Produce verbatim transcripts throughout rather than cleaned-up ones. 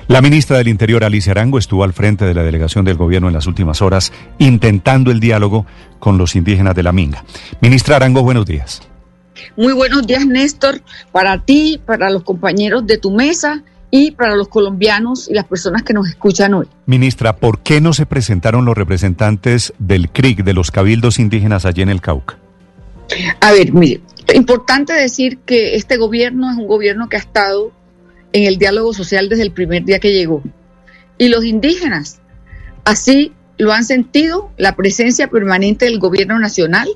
La ministra del Interior, Alicia Arango, estuvo al frente de la delegación del gobierno en las últimas horas intentando el diálogo con los indígenas de la Minga. Ministra Arango, buenos días. Muy buenos días, Néstor, para ti, para los compañeros de tu mesa y para los colombianos y las personas que nos escuchan hoy. Ministra, ¿por qué no se presentaron los representantes del C R I C, de los cabildos indígenas allí en el Cauca? A ver, mire, es importante decir que este gobierno es un gobierno que ha estado en el diálogo social desde el primer día que llegó. Y los indígenas así lo han sentido, la presencia permanente del gobierno nacional,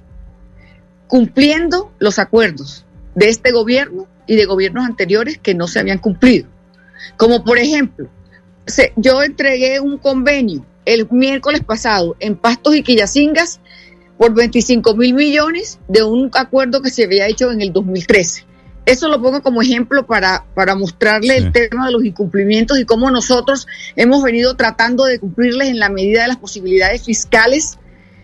cumpliendo los acuerdos de este gobierno y de gobiernos anteriores que no se habían cumplido. Como por ejemplo, se, yo entregué un convenio el miércoles pasado en Pastos y Quillacingas por veinticinco mil millones de un acuerdo que se había hecho en el dos mil trece. Eso lo pongo como ejemplo para, para mostrarle sí. el tema de los incumplimientos y cómo nosotros hemos venido tratando de cumplirles en la medida de las posibilidades fiscales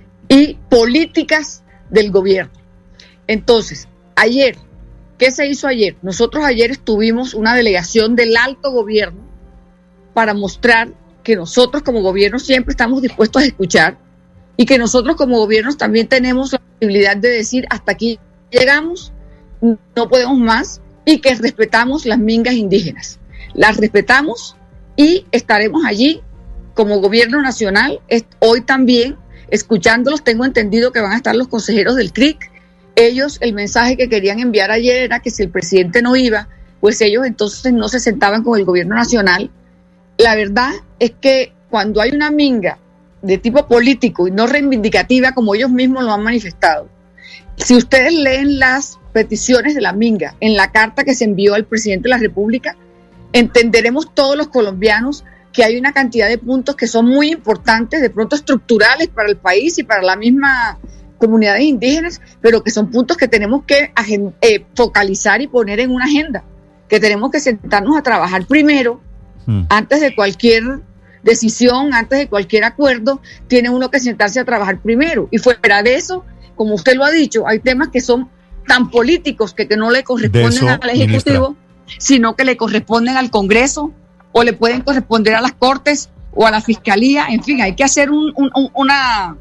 y políticas del gobierno. Entonces, ayer, ¿qué se hizo ayer? Nosotros ayer estuvimos una delegación del alto gobierno para mostrar que nosotros como gobierno siempre estamos dispuestos a escuchar y que nosotros como gobiernos también tenemos la posibilidad de decir hasta aquí llegamos, no podemos más, y que respetamos las mingas indígenas. Las respetamos y estaremos allí como gobierno nacional. Hoy también, escuchándolos, tengo entendido que van a estar los consejeros del C R I C. Ellos, el mensaje que querían enviar ayer era que si el presidente no iba, pues ellos entonces no se sentaban con el gobierno nacional. La verdad es que cuando hay una minga de tipo político y no reivindicativa, como ellos mismos lo han manifestado, si ustedes leen las peticiones de la minga en la carta que se envió al presidente de la República, entenderemos todos los colombianos que hay una cantidad de puntos que son muy importantes, de pronto estructurales para el país y para la misma comunidades indígenas, pero que son puntos que tenemos que eh, focalizar y poner en una agenda, que tenemos que sentarnos a trabajar primero, mm. antes de cualquier decisión, antes de cualquier acuerdo, tiene uno que sentarse a trabajar primero. Y fuera de eso, como usted lo ha dicho, hay temas que son tan políticos que, que no le corresponden eso, al Ejecutivo, ministra, sino que le corresponden al Congreso o le pueden corresponder a las Cortes o a la Fiscalía. En fin, hay que hacer un, un, un, una,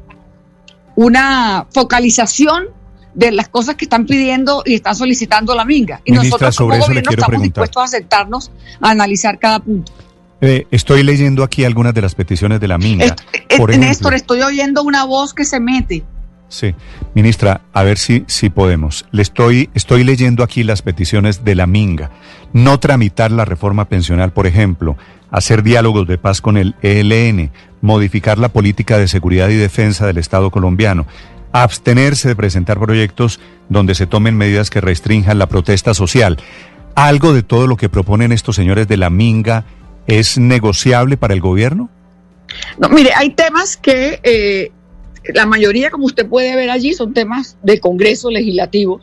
una focalización de las cosas que están pidiendo y están solicitando la minga. Y ministra, nosotros como gobierno estamos preguntar. dispuestos a sentarnos a analizar cada punto. Eh, estoy leyendo aquí algunas de las peticiones de la minga. Eh, Por eh, Néstor, estoy oyendo una voz que se mete. Sí, ministra, a ver si, si podemos. Le estoy, estoy leyendo aquí las peticiones de la minga. No tramitar la reforma pensional, por ejemplo, hacer diálogos de paz con el E L N, modificar la política de seguridad y defensa del Estado colombiano, abstenerse de presentar proyectos donde se tomen medidas que restrinjan la protesta social. ¿Algo de todo lo que proponen estos señores de la minga es negociable para el gobierno? No, mire, hay temas que... Eh... La mayoría, como usted puede ver allí, son temas de Congreso legislativo,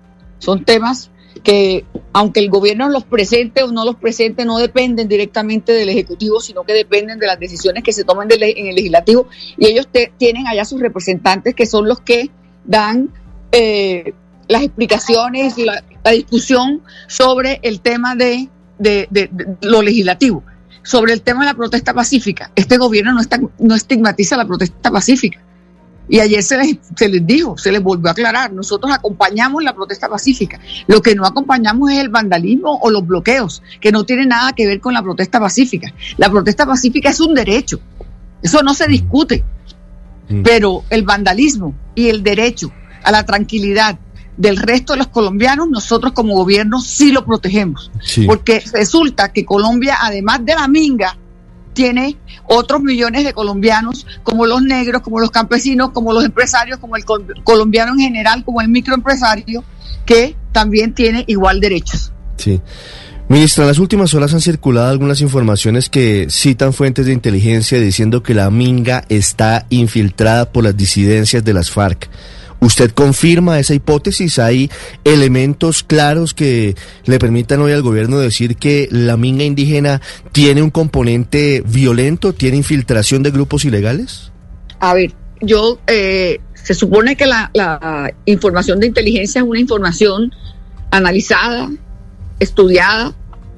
son temas que, aunque el gobierno los presente o no los presente, no dependen directamente del Ejecutivo, sino que dependen de las decisiones que se tomen de le- en el Legislativo, y ellos te- tienen allá sus representantes que son los que dan eh, las explicaciones, la, la discusión sobre el tema de, de, de, de lo legislativo. Sobre el tema de la protesta pacífica, este gobierno no, está, no estigmatiza la protesta pacífica. Y ayer se les, se les dijo, se les volvió a aclarar, nosotros acompañamos la protesta pacífica. Lo que no acompañamos es el vandalismo o los bloqueos, que no tiene nada que ver con la protesta pacífica. La protesta pacífica es un derecho, eso no se discute. Mm. Pero el vandalismo y el derecho a la tranquilidad del resto de los colombianos, nosotros como gobierno sí lo protegemos. Sí. Porque resulta que Colombia, además de la minga, tiene otros millones de colombianos, como los negros, como los campesinos, como los empresarios, como el col- colombiano en general, como el microempresario, que también tiene igual derechos. Sí. Ministra, en las últimas horas han circulado algunas informaciones que citan fuentes de inteligencia diciendo que la minga está infiltrada por las disidencias de las FARC. ¿Usted confirma esa hipótesis? ¿Hay elementos claros que le permitan hoy al gobierno decir que la minga indígena tiene un componente violento, tiene infiltración de grupos ilegales? A ver, yo, eh, se supone que la, la información de inteligencia es una información analizada, estudiada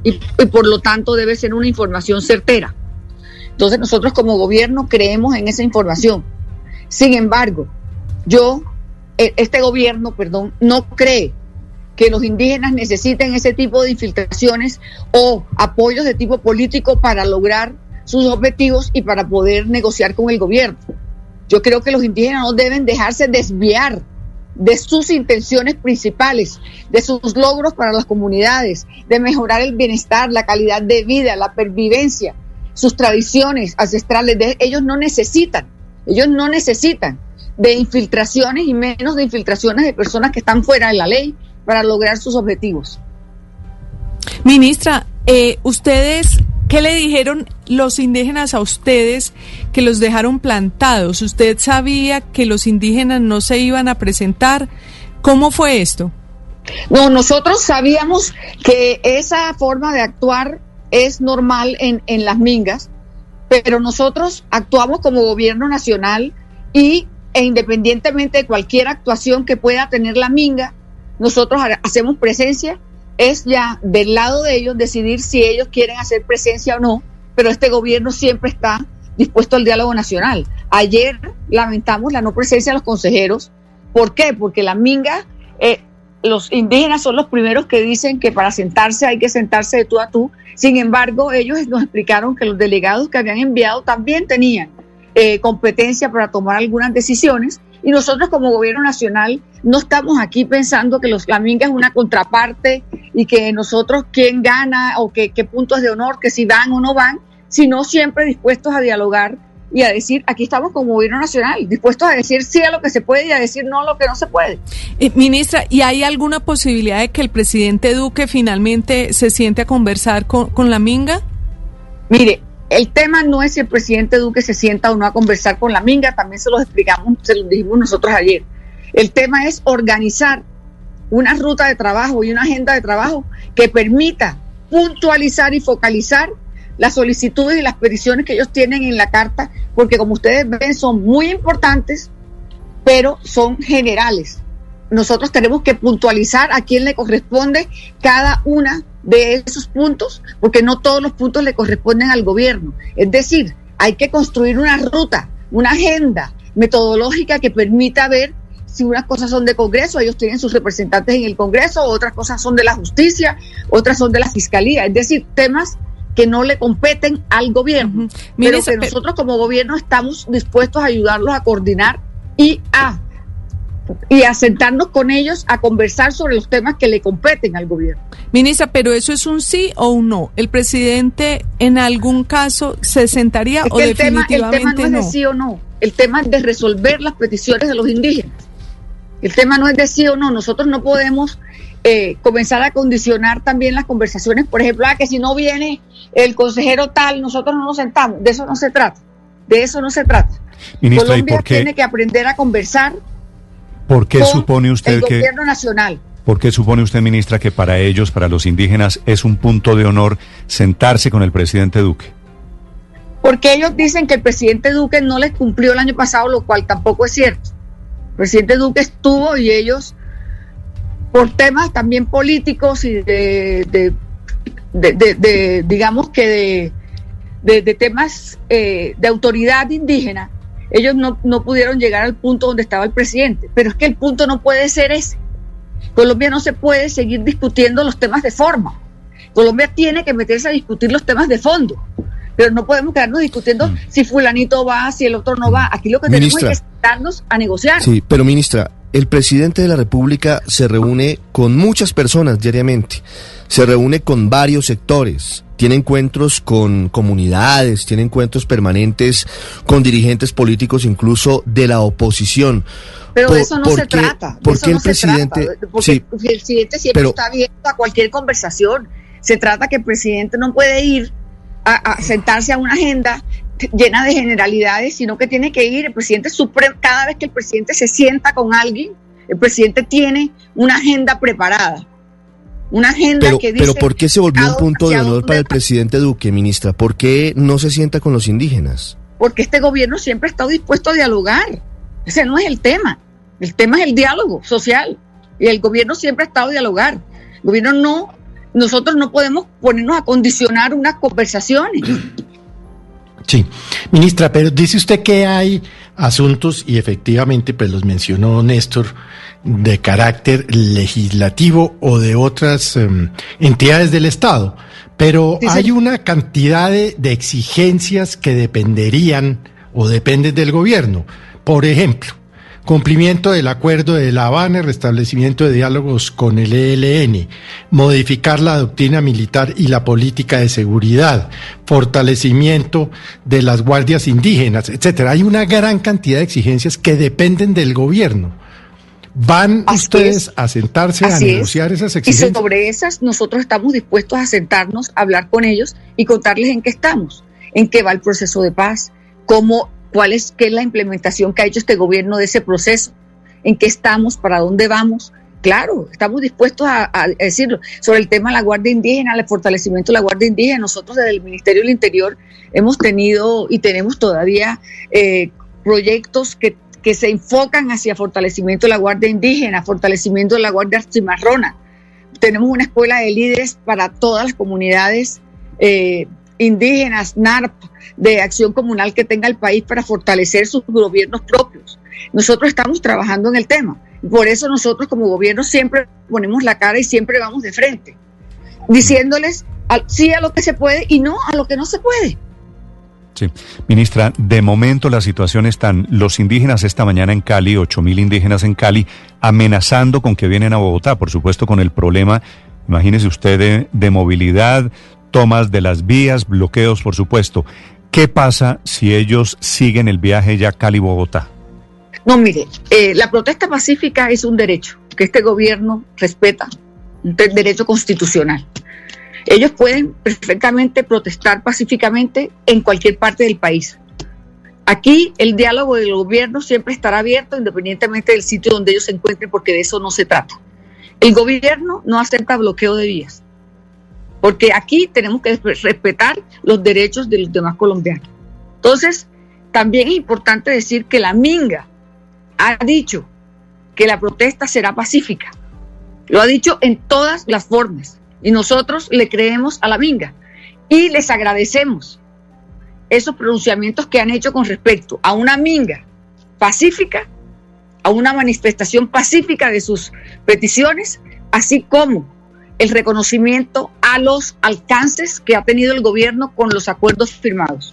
y, y por lo tanto debe ser una información certera. Entonces nosotros como gobierno creemos en esa información. Sin embargo, yo, este gobierno, perdón, no cree que los indígenas necesiten ese tipo de infiltraciones o apoyos de tipo político para lograr sus objetivos y para poder negociar con el gobierno. Yo creo que los indígenas no deben dejarse desviar de sus intenciones principales, de sus logros para las comunidades, de mejorar el bienestar, la calidad de vida, la pervivencia, sus tradiciones ancestrales. De, ellos no necesitan, ellos no necesitan de infiltraciones y menos de infiltraciones de personas que están fuera de la ley para lograr sus objetivos. Ministra, eh, ustedes, ¿qué le dijeron los indígenas a ustedes que los dejaron plantados? ¿Usted sabía que los indígenas no se iban a presentar? ¿Cómo fue esto? No, nosotros sabíamos que esa forma de actuar es normal en, en las mingas, pero nosotros actuamos como gobierno nacional y e independientemente de cualquier actuación que pueda tener la minga, nosotros hacemos presencia. Es ya del lado de ellos decidir si ellos quieren hacer presencia o no, pero este gobierno siempre está dispuesto al diálogo nacional. Ayer lamentamos la no presencia de los consejeros. ¿Por qué? Porque la minga, eh, los indígenas son los primeros que dicen que para sentarse hay que sentarse de tú a tú. Sin embargo, ellos nos explicaron que los delegados que habían enviado también tenían eh, competencia para tomar algunas decisiones. Y nosotros como gobierno nacional no estamos aquí pensando que los, la minga es una contraparte y que nosotros quién gana o que, qué puntos de honor, que si van o no van, sino siempre dispuestos a dialogar y a decir, aquí estamos como gobierno nacional, dispuestos a decir sí a lo que se puede y a decir no a lo que no se puede. Eh, ministra, ¿y hay alguna posibilidad de que el presidente Duque finalmente se siente a conversar con, con la minga? Mire, el tema no es si el presidente Duque se sienta o no a conversar con la minga, también se los explicamos, se los dijimos nosotros ayer. El tema es organizar una ruta de trabajo y una agenda de trabajo que permita puntualizar y focalizar las solicitudes y las peticiones que ellos tienen en la carta, porque como ustedes ven son muy importantes, pero son generales. Nosotros tenemos que puntualizar a quién le corresponde cada una de esos puntos, porque no todos los puntos le corresponden al gobierno. Es decir, hay que construir una ruta, una agenda metodológica que permita ver si unas cosas son de Congreso, ellos tienen sus representantes en el Congreso, otras cosas son de la justicia, otras son de la Fiscalía. Es decir, temas que no le competen al gobierno, uh-huh. pero que nosotros como gobierno estamos dispuestos a ayudarlos a coordinar y a y a sentarnos con ellos a conversar sobre los temas que le competen al gobierno. Ministra, pero ¿eso es un sí o un no? ¿El presidente en algún caso se sentaría es o el definitivamente tema, el tema no es no? de sí o no, el tema es de resolver las peticiones de los indígenas. El tema no es de sí o no, nosotros no podemos eh, comenzar a condicionar también las conversaciones, por ejemplo, a que si no viene el consejero tal, nosotros no nos sentamos, de eso no se trata, de eso no se trata. Ministra, Colombia ¿y por qué? tiene que aprender a conversar. ¿Por qué supone usted el que gobierno nacional? ¿Por qué supone usted, ministra, que para ellos, para los indígenas, es un punto de honor sentarse con el presidente Duque? Porque ellos dicen que el presidente Duque no les cumplió el año pasado, lo cual tampoco es cierto. El presidente Duque estuvo y ellos, por temas también políticos y de, de, de, de, de digamos que de, de, de temas eh, de autoridad indígena, ellos no, no pudieron llegar al punto donde estaba el presidente. Pero es que el punto no puede ser ese. Colombia no se puede seguir discutiendo los temas de forma. Colombia tiene que meterse a discutir los temas de fondo. Pero no podemos quedarnos discutiendo mm. si fulanito va, si el otro no va. Aquí lo que ministra, tenemos es que sentarnos a negociar. Sí, pero ministra, el presidente de la República se reúne con muchas personas diariamente. Se reúne con varios sectores. Tiene encuentros con comunidades, tiene encuentros permanentes con dirigentes políticos, incluso de la oposición. Pero de eso no se trata. ¿Por qué el presidente? Porque Sí, el presidente siempre pero, está abierto a cualquier conversación. Se trata que el presidente no puede ir a, a sentarse a una agenda llena de generalidades, sino que tiene que ir, el presidente supremo, cada vez que el presidente se sienta con alguien, el presidente tiene una agenda preparada. Una agenda pero, que dice... Pero ¿por qué se volvió un punto de honor para el va? presidente Duque, ministra? ¿Por qué no se sienta con los indígenas? Porque este gobierno siempre ha estado dispuesto a dialogar. Ese no es el tema. El tema es el diálogo social. Y el gobierno siempre ha estado a dialogar. El gobierno no, nosotros no podemos ponernos a condicionar unas conversaciones. Sí, ministra, pero dice usted que hay asuntos, y efectivamente pues los mencionó Néstor, de carácter legislativo o de otras um, entidades del Estado, pero sí, hay sí. una cantidad de, de exigencias que dependerían o dependen del gobierno. Por ejemplo, cumplimiento del acuerdo de La Habana, restablecimiento de diálogos con el E L N, modificar la doctrina militar y la política de seguridad, fortalecimiento de las guardias indígenas, etcétera. Hay una gran cantidad de exigencias que dependen del gobierno. ¿Van Así ustedes es. a sentarse Así a negociar es. esas exigencias? Y sobre esas nosotros estamos dispuestos a sentarnos, a hablar con ellos y contarles en qué estamos, en qué va el proceso de paz, cómo, cuál es, qué es la implementación que ha hecho este gobierno de ese proceso, en qué estamos, para dónde vamos. Claro, estamos dispuestos a, a decirlo. Sobre el tema de la Guardia Indígena, el fortalecimiento de la Guardia Indígena, nosotros desde el Ministerio del Interior hemos tenido y tenemos todavía eh, proyectos que que se enfocan hacia fortalecimiento de la Guardia Indígena, fortalecimiento de la Guardia Cimarrona. Tenemos una escuela de líderes para todas las comunidades eh, indígenas, N A R P, de acción comunal que tenga el país para fortalecer sus gobiernos propios. Nosotros estamos trabajando en el tema. Por eso nosotros como gobierno siempre ponemos la cara y siempre vamos de frente, diciéndoles al, sí a lo que se puede y no a lo que no se puede. Sí. Ministra, de momento la situación están los indígenas esta mañana en Cali, ocho mil indígenas en Cali, amenazando con que vienen a Bogotá, por supuesto con el problema, imagínese usted, de, de movilidad, tomas de las vías, bloqueos, por supuesto. ¿Qué pasa si ellos siguen el viaje ya Cali-Bogotá? No, mire, eh, la protesta pacífica es un derecho que este gobierno respeta, un derecho constitucional. Ellos pueden perfectamente protestar pacíficamente en cualquier parte del país. Aquí el diálogo del gobierno siempre estará abierto independientemente del sitio donde ellos se encuentren, porque de eso no se trata. El gobierno no acepta bloqueo de vías, porque aquí tenemos que respetar los derechos de los demás colombianos. Entonces, también es importante decir que la Minga ha dicho que la protesta será pacífica. Lo ha dicho en todas las formas. Y nosotros le creemos a la Minga y les agradecemos esos pronunciamientos que han hecho con respecto a una Minga pacífica, a una manifestación pacífica de sus peticiones, así como el reconocimiento a los alcances que ha tenido el gobierno con los acuerdos firmados.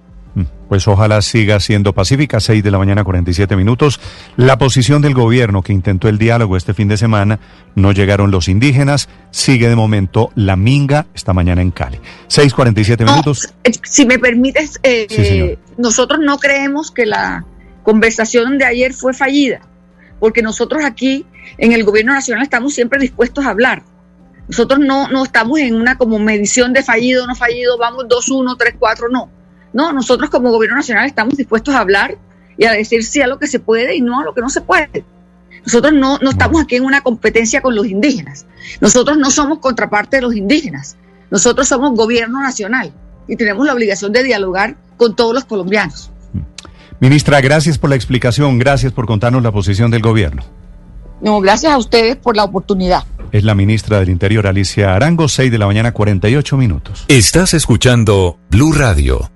Pues ojalá siga siendo pacífica. Seis de la mañana, cuarenta y siete minutos. La posición del gobierno que intentó el diálogo este fin de semana, no llegaron los indígenas, sigue de momento la Minga esta mañana en Cali. Seis, cuarenta y siete minutos. No, si me permites, eh, sí, nosotros no creemos que la conversación de ayer fue fallida, porque nosotros aquí en el gobierno nacional estamos siempre dispuestos a hablar. Nosotros no, no estamos en una como medición de fallido o no fallido, vamos dos uno, tres cuatro, no. No, nosotros como gobierno nacional estamos dispuestos a hablar y a decir sí a lo que se puede y no a lo que no se puede. Nosotros no, no estamos aquí en una competencia con los indígenas. Nosotros no somos contraparte de los indígenas. Nosotros somos gobierno nacional y tenemos la obligación de dialogar con todos los colombianos. Ministra, gracias por la explicación, gracias por contarnos la posición del gobierno. No, gracias a ustedes por la oportunidad. Es la ministra del Interior, Alicia Arango, seis de la mañana, cuarenta y ocho minutos. Estás escuchando Blue Radio.